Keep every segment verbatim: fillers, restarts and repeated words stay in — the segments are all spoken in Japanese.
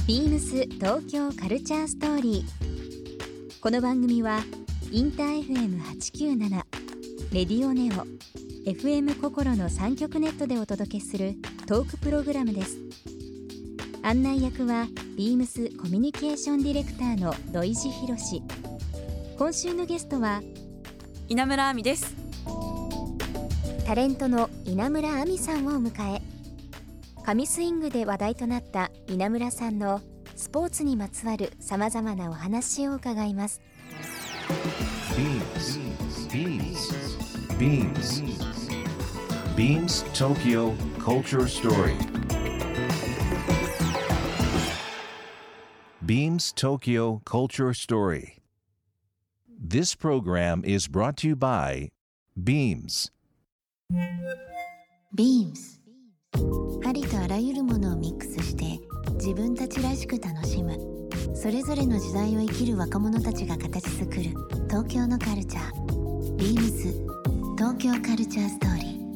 ビームス東京カルチャーストーリー。この番組はインター エフエムはちきゅうなな、レディオネオ、エフエム 心のさん局ネットでお届けするトークプログラムです。案内役はビームスコミュニケーションディレクターの土井博志。今週のゲストは稲村亜美です。 タレントの稲村亜美さんをお迎え、神スイングで話題となった稲村さんのスポーツにまつわるさまざまなお話を伺います。 ビームス ビームス ビームス Tokyo Culture Story. Beams Tokyo Culture Story. This program is brought to you by Beams. ビームス、ありとあらゆるものをミックスして自分たちらしく楽しむ、それぞれの時代を生きる若者たちが形作る東京のカルチャー。ビームス東京カルチャーストーリー。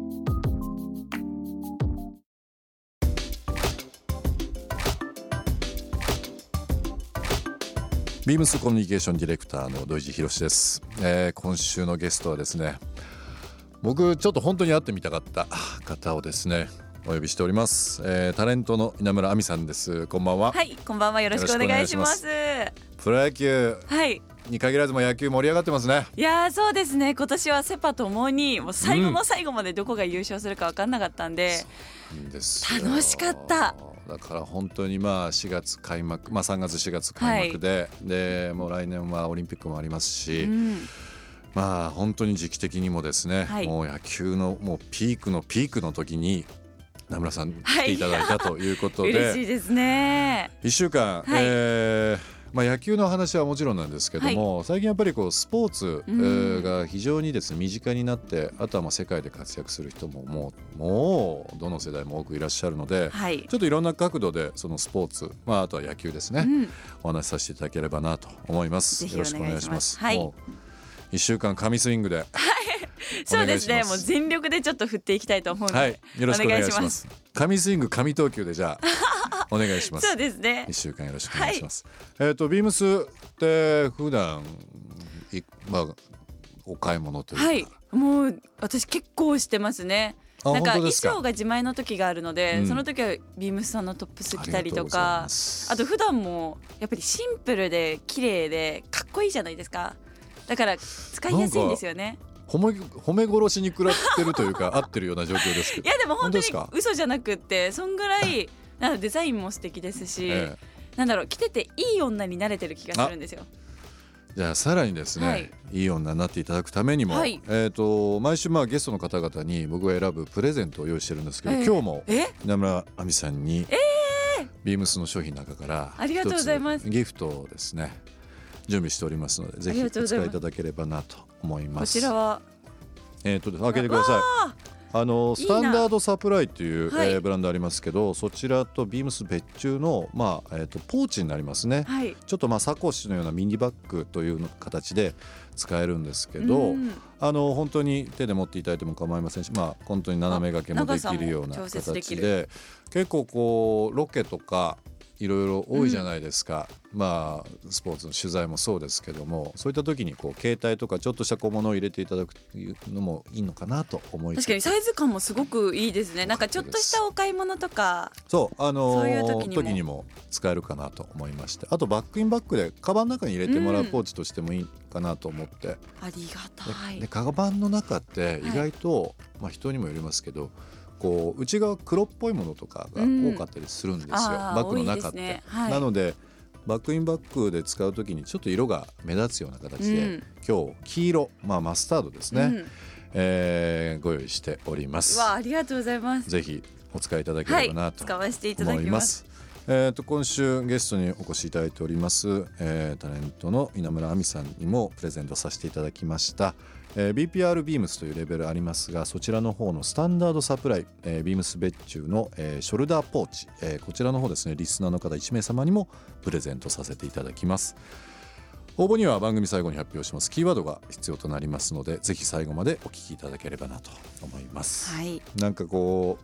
ビームスコミュニケーションディレクターの土井博志です、えー、今週のゲストはですね、僕ちょっと本当に会ってみたかった方をですねお呼びしております、えー、タレントの稲村亜美さんです。こんばんは。 はい、こんばんは。よろしくお願いします。 プロ野球に限らずも野球盛り上がってますね。 いやそうですね、今年はセパともにもう最後の最後までどこが優勝するか分かんなかったんで、 うん、ですよ。 楽しかった。 だから本当にまあしがつ開幕、まあ、さんがつしがつ開幕で、はい、でもう来年はオリンピックもありますし、うん、まあ本当に時期的にもですね、はい、もう野球のもうピークのピークの時に名村さん来ていただいたということで、 はい、嬉しいですね。 いっしゅうかん、はい、えーまあ、野球の話はもちろんなんですけども、はい、最近やっぱりこうスポーツ、うん、が非常にですね身近になって、あとはまあ世界で活躍する人ももう、もうどの世代も多くいらっしゃるので、はい、ちょっといろんな角度でそのスポーツ、まあ、あとは野球ですね、うん、お話しさせていただければなと思います。よろしくお願いします。はい、もういっしゅうかん神スイングで、はい、 そうですね、もう全力でちょっと振っていきたいと思うので、 はい、よろしくお願いします。神スイング神投球でじゃあお願いします。 そうですね、 いっしゅうかんよろしくお願いします。はい、えっとビームスって普段い、まあ、お買い物というか、はい、 もう私結構してますね。なんか衣装が自前の時があるので、うん、その時はビームスさんのトップス着たりとか、 あ, あと普段もやっぱりシンプルで綺麗でかっこいいじゃないですか。だから使いやすいんですよね。 褒め、褒め殺しに食らってるというか合ってるような状況ですけど。 いやでも本当に嘘じゃなくってそんぐらいなんかデザインも素敵ですし、ええ、なんだろう、着てていい女になれてる気がするんですよ。 じゃあさらにですね、はい、いい女になっていただくためにも、はい、えー、と毎週まあゲストの方々に僕が選ぶプレゼントを用意してるんですけど、えー、今日も稲村亜美さんに、えー、ビームスの商品の中からありがとうございます。 ギフトをですね準備しておりますので、ぜひお使いいただければなと思います。 こちらはえー、と開けてください。あのスタンダードサプライという、はい、えー、ブランドありますけど、そちらとビームス別注の、まあえー、とポーチになりますね、はい、ちょっとまあサコッシュのようなミニバッグという形で使えるんですけど、うん、あの本当に手で持っていただいても構いませんし、まあ、本当に斜め掛けもできるような形で、結構こうロケとかいろいろ多いじゃないですか、うん、まあスポーツの取材もそうですけども、そういった時にこう携帯とかちょっとした小物を入れていただくのもいいのかなと思います。 確かにサイズ感もすごくいいですね。なんかちょっとしたお買い物とか、 そう、あのー、そういう時にも、時にも使えるかなと思いまして、あとバックインバッグでカバンの中に入れてもらうポーチとしてもいいかなと思って、うん、 ありがたい。 で、カバンの中って意外と、はい、まあ、人にもよりますけど、こう内側黒っぽいものとかが多かったりするんですよ、うん、バッグの中って、ね、はい、なのでバックインバッグで使うときにちょっと色が目立つような形で、うん、今日黄色、まあ、マスタードですね、うん、えー、ご用意しております。 わあ、ありがとうございます。 ぜひお使いいただければなと思います。 はい、使わせていただきます。 えー、と今週ゲストにお越しいただいております、えー、タレントの稲村亜美さんにもプレゼントさせていただきました、えー、ビーピーアール ビームスというレベルありますが、そちらの方のスタンダードサプライ、えー、ビームス別注の、えー、ショルダーポーチ、えー、こちらの方ですね、リスナーの方いち名様にもプレゼントさせていただきます。応募には番組最後に発表しますキーワードが必要となりますので、ぜひ最後までお聞きいただければなと思います。はい、なんかこう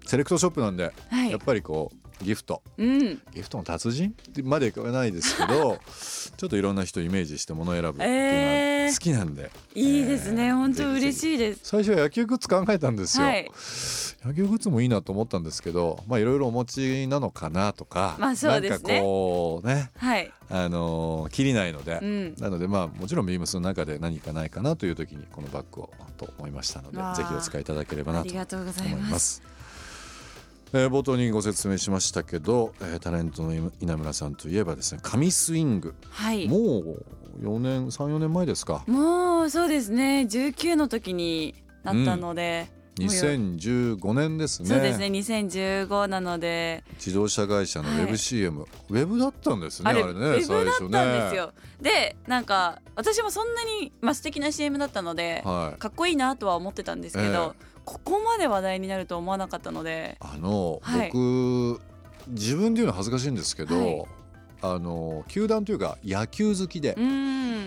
セレクトショップなんで、 はい、 やっぱりこうギフト、 うん、 ギフトの達人までいかないですけどちょっといろんな人をイメージして物を選ぶっていうのは好きなんで、 えー、いいですね、えー、本当嬉しいです。 最初は野球グッズ考えたんですよ、 はい、 野球グッズもいいなと思ったんですけど、まあいろいろお持ちなのかなとか、 まあそうですね、 なんかこうね、 はい、 あのー、切りないので、 うん、 なのでまあもちろんビームスの中で何かないかなという時にこのバッグをと思いましたので、ぜひお使いいただければなと思います。 ありがとうございます。 えー、冒頭にご説明しましたけど、えー、タレントの稲村さんといえばですね、神スイング、 はい、 もうよねんさんよねんまえですか。 もうそうですね、じゅうきゅうの時になったので、 うん、にせんじゅうごねんですね。 そうですね、にせんじゅうごなので自動車会社のウェブ シーエム、はい、ウェブだったんですね。あれね、ウェブだったんですよ。でなんか私もそんなに、まあ、素敵な シーエム だったので、はい、かっこいいなとは思ってたんですけど、えー、ここまで話題になると思わなかったので、あの、 はい、僕自分で言うの恥ずかしいんですけど、はい、あの球団というか野球好きで、うん、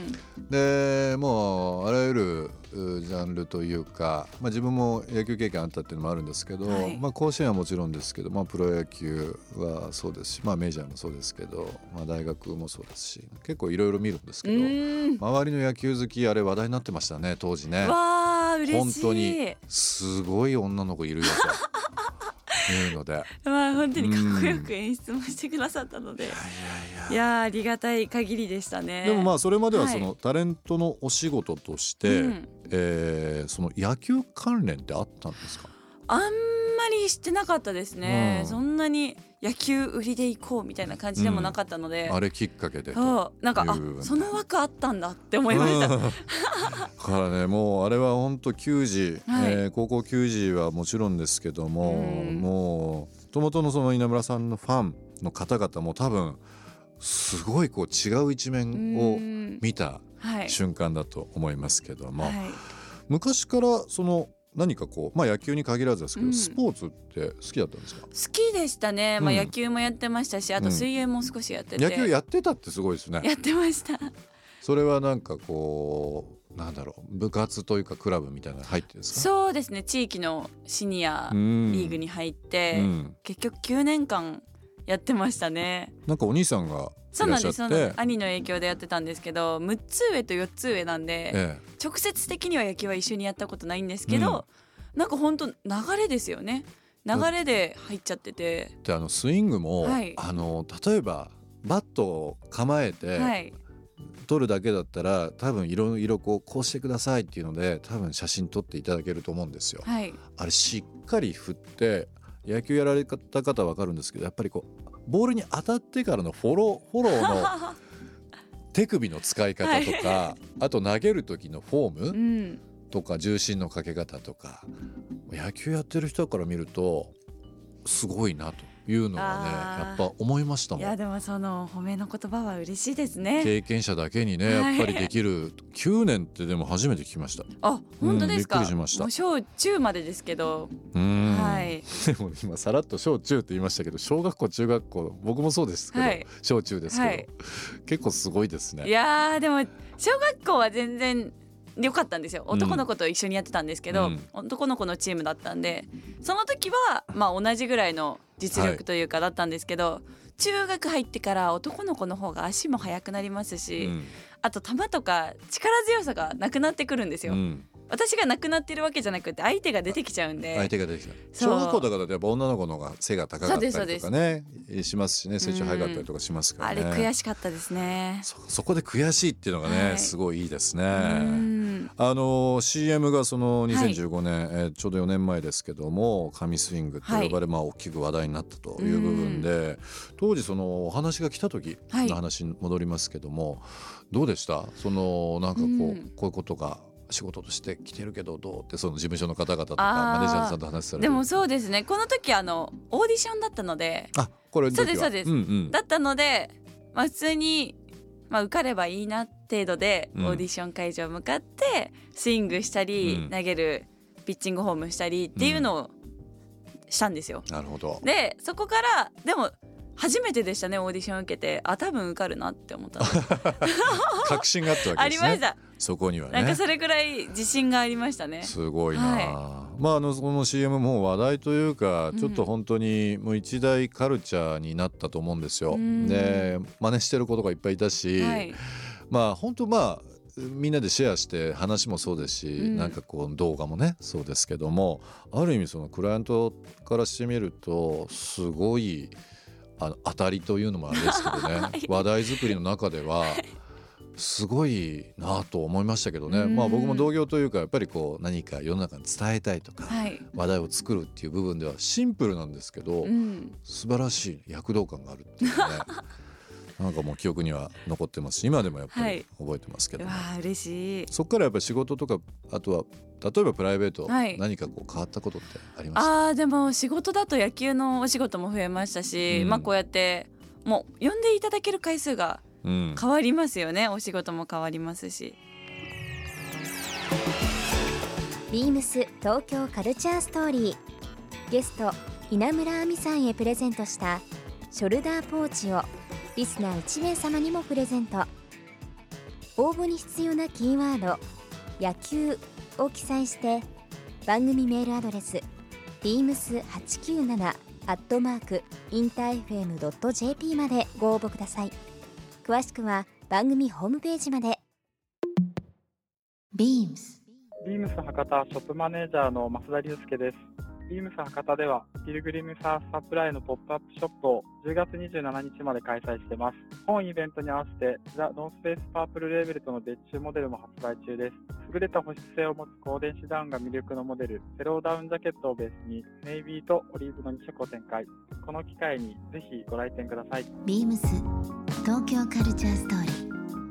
でもうあらゆるジャンルというか、まあ、自分も野球経験あったっていうのもあるんですけど、はい、まあ、甲子園はもちろんですけど、まあ、プロ野球はそうですし、まあ、メジャーもそうですけど、まあ、大学もそうですし、結構いろいろ見るんですけど、周りの野球好きあれ話題になってましたね当時ね。 わー嬉しい。 本当にすごい女の子いるよというのでまあ本当にかっこよく演出もしてくださったので、うん、いやいやいや、いやありがたい限りでしたね。 でもまあそれまではその、はい、タレントのお仕事として、うん、えー、その野球関連ってあったんですか？ あんまりしてなかったですね、うん、そんなに野球売りで行こうみたいな感じでもなかったので、 うん、あれきっかけでそうなんかあその枠あったんだって思いました、うん、だからね、もうあれは本当球児、はい、えー、高校球児はもちろんですけども、うん、もうともとのその稲村さんのファンの方々も多分すごいこう違う一面を見た瞬間だと思いますけども、はいはい、昔からその何かこう、まあ、野球に限らずですけど、うん、スポーツって好きだったんですか？ 好きでしたね、まあ、野球もやってましたし、あと水泳も少しやってて、 うん、野球やってたってすごいですね。 やってました。 それはなんかこうなんだろう、部活というかクラブみたいなの入ってるんですか？ そうですね、地域のシニアリーグに入って、うん、結局きゅうねんかんやってましたね。 なんかお兄さんがそうなんです、そうなんです。兄の影響でやってたんですけど、むっつ上とよっつ上なんで、ええ、直接的には野球は一緒にやったことないんですけど、うん、なんか本当流れですよね。流れで入っちゃってて、 であのスイングも、はい、あの例えばバットを構えて、はい、撮るだけだったら多分いろいろこうこうしてくださいっていうので多分写真撮っていただけると思うんですよ、はい、あれしっかり振って野球やられた方は分かるんですけど、やっぱりこうボールに当たってからのフォローフォローの手首の使い方とか、はい、あと投げる時のフォーム、うん、とか重心のかけ方とか、野球やってる人から見るとすごいなというのはね、やっぱ思いましたもん。 いやでもその褒めの言葉は嬉しいですね。 経験者だけにね、やっぱりできる、はい、きゅうねんってでも初めて聞きました。 あ、本当ですか？ うん、びっくりしました。 もう小中までですけど、 うん、はい、でも今さらっと小中って言いましたけど、小学校中学校僕もそうですけど、はい、小中ですけど、はい、結構すごいですね。 いやでも小学校は全然良かったんですよ。男の子と一緒にやってたんですけど、うん、男の子のチームだったんで、その時はまあ同じぐらいの実力というかだったんですけど、はい、中学入ってから男の子の方が足も速くなりますし、うん、あと球とか力強さがなくなってくるんですよ、うん、私がなくなってるわけじゃなくて相手が出てきちゃうんで。 相手が出てきちゃう。小学校とかだとやっぱ女の子の方が背が高かったりとかねしますしね、成長早かったりとかしますからね、 うん、あれ悔しかったですね。 そ, そこで悔しいっていうのがね、はい、すごいいいですね。 うんあの シーエム がそのにせんじゅうごねん、はい、えー、ちょうどよねんまえですけども、神スイングと呼ばれ、まあ、大きく話題になったという部分で、当時そのお話が来た時の話に戻りますけども、はい、どうでした？そのなんかこう、うん、こういうことが仕事として来てるけどどうって、その事務所の方々とかマネージャーさんと話されて。 でもそうですね、この時あのオーディションだったので。 あ、これそうですそうです、うんうん、だったので、まあ、普通に、まあ、受かればいいな程度でオーディション会場向かってスイングしたり、うん、投げるピッチングフォームしたりっていうのをしたんですよ、 うん、なるほど。 でそこからでも初めてでしたね、オーディション受けて、あ多分受かるなって思った確信があったわけですね。 ありました。 そこにはねなんかそれぐらい自信がありましたね。 すごいな、 はい、 まああのその シーエム も話題というかちょっと本当にもう一大カルチャーになったと思うんですよ、うん、で真似してる子とかいっぱいいたし、はい、まあ本当まあみんなでシェアして話もそうですし、うん、なんかこう動画もねそうですけどもある意味そのクライアントからしてみるとすごいあの当たりというのもあれですけどね、はい、話題作りの中ではすごいなと思いましたけどね、まあ、僕も同業というかやっぱりこう何か世の中に伝えたいとか、はい、話題を作るっていう部分ではシンプルなんですけど、うん、素晴らしい躍動感があるっていうねなんかもう記憶には残ってますし今でもやっぱり覚えてますけど、ね、 はい、わ嬉しい。 そっからやっぱり仕事とかあとは例えばプライベート、はい、何かこう変わったことってありました？ あでも仕事だと野球のお仕事も増えましたし、うんまあ、こうやってもう呼んでいただける回数が変わりますよね、うん、お仕事も変わりますし。 ビームス東京カルチャーストーリーゲスト稲村亜美さんへプレゼントしたショルダーポーチをリスナーいち名様にもプレゼント。応募に必要なキーワード野球を記載して番組メールアドレス ビームスはちきゅうなな アットマーク インターエフエム ドット ジェーピー までご応募ください。詳しくは番組ホームページまで。 ビームスビームス 博多ショップマネージャーの増田隆介です。ビームス 博多ではピルグリムサーフサプライのポップアップショップをじゅうがつにじゅうしちにちまで開催しています。本イベントに合わせてザ・ノースペースパープルレーベルとの別注モデルも発売中です。優れた保湿性を持つ高電子ダウンが魅力のモデルセローダウンジャケットをベースにネイビーとオリーブのにしょくを展開。この機会にぜひご来店ください。 ビームス東京カルチャーストーリー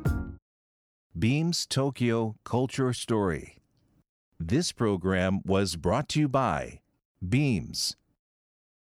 Beams Tokyo Culture Story. This program was brought to you by Beams.